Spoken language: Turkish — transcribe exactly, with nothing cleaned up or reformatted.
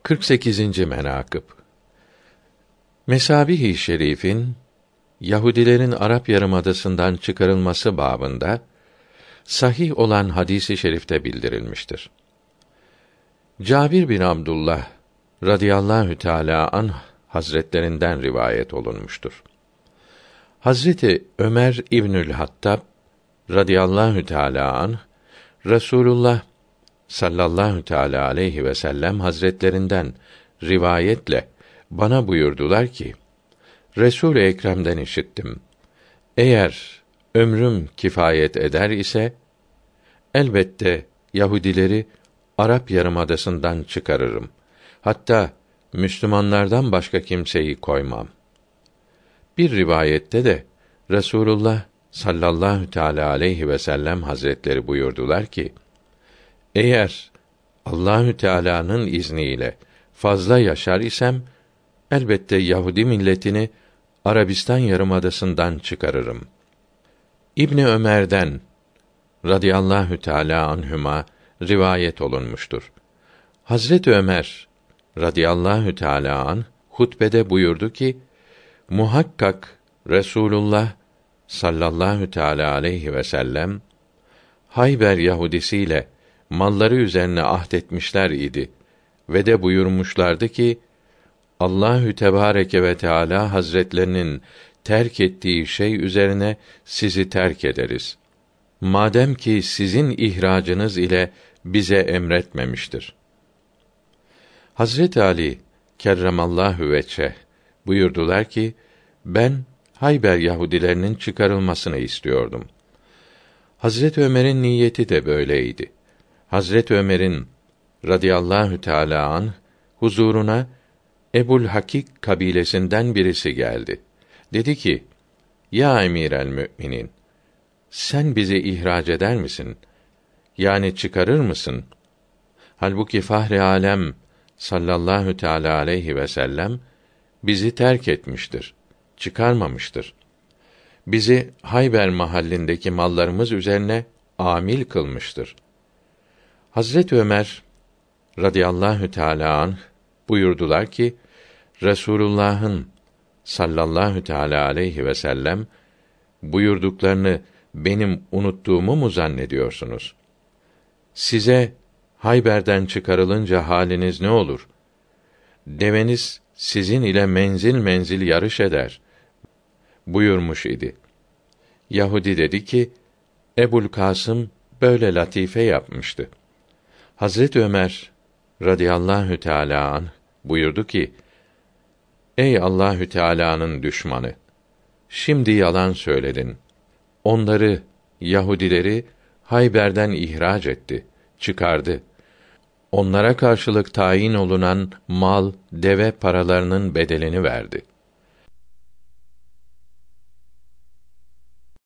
kırk sekizinci menakıb Mesâbih-i Şerîf'in Yahudilerin Arap Yarımadası'ndan çıkarılması babında sahih olan hadisi i şerifte bildirilmiştir. Cabir bin Abdullah radıyallahu teâlâ anh hazretlerinden rivayet olunmuştur. Hazreti Ömer İbnül Hattab radıyallahu teâlâ anh Resulullah sallallahu teâlâ aleyhi ve sellem hazretlerinden rivayetle bana buyurdular ki, Resul-i Ekrem'den işittim. Eğer ömrüm kifayet eder ise elbette Yahudileri Arap Yarımadası'ndan çıkarırım. Hatta Müslümanlardan başka kimseyi koymam. Bir rivayette de Resulullah sallallahu teâlâ aleyhi ve sellem hazretleri buyurdular ki, eğer Allahü Teala'nın izniyle fazla yaşar isem elbette Yahudi milletini Arabistan Yarımadası'ndan çıkarırım. İbni Ömer'den radıyallahu teâlâ anhüma rivayet olunmuştur. Hazreti Ömer radıyallahu teâlâ anh hutbede buyurdu ki, muhakkak Resulullah sallallahu teâlâ aleyhi ve sellem Hayber Yahudisiyle malları üzerine ahdetmişler idi ve de buyurmuşlardı ki, Allahü Tebareke ve Teala Hazretlerinin terk ettiği şey üzerine sizi terk ederiz. Madem ki sizin ihracınız ile bize emretmemiştir. Hazret Ali kerremallahu veçheh buyurdular ki, ben Hayber Yahudilerinin çıkarılmasını istiyordum. Hazret Ömer'in niyeti de böyleydi. Hazret Ömer'in radıyallahu teâlâ anh huzuruna Ebul Hakik kabilesinden birisi geldi. Dedi ki, ya Emirel Müminin, sen bizi ihraç eder misin? Yani çıkarır mısın? Halbuki Fahri Alem sallallahu teâlâ aleyhi ve sellem bizi terk etmiştir, çıkarmamıştır. Bizi Hayber mahallindeki mallarımız üzerine amil kılmıştır. Hazret Ömer radıyallahu teâlâ anh buyurdular ki, Resulullah'ın sallallahu teâlâ aleyhi ve sellem buyurduklarını benim unuttuğumu mu zannediyorsunuz? Size Hayber'den çıkarılınca haliniz ne olur? Deveniz sizin ile menzil menzil yarış eder buyurmuş idi. Yahudi dedi ki, Ebul Kasım böyle latife yapmıştı. Hazret Ömer radıyallahu teâlâ anh buyurdu ki, ey Allahü Teala'nın düşmanı, şimdi yalan söyledin. Onları, Yahudileri Hayber'den ihraç etti, çıkardı. Onlara karşılık tayin olunan mal, deve paralarının bedelini verdi.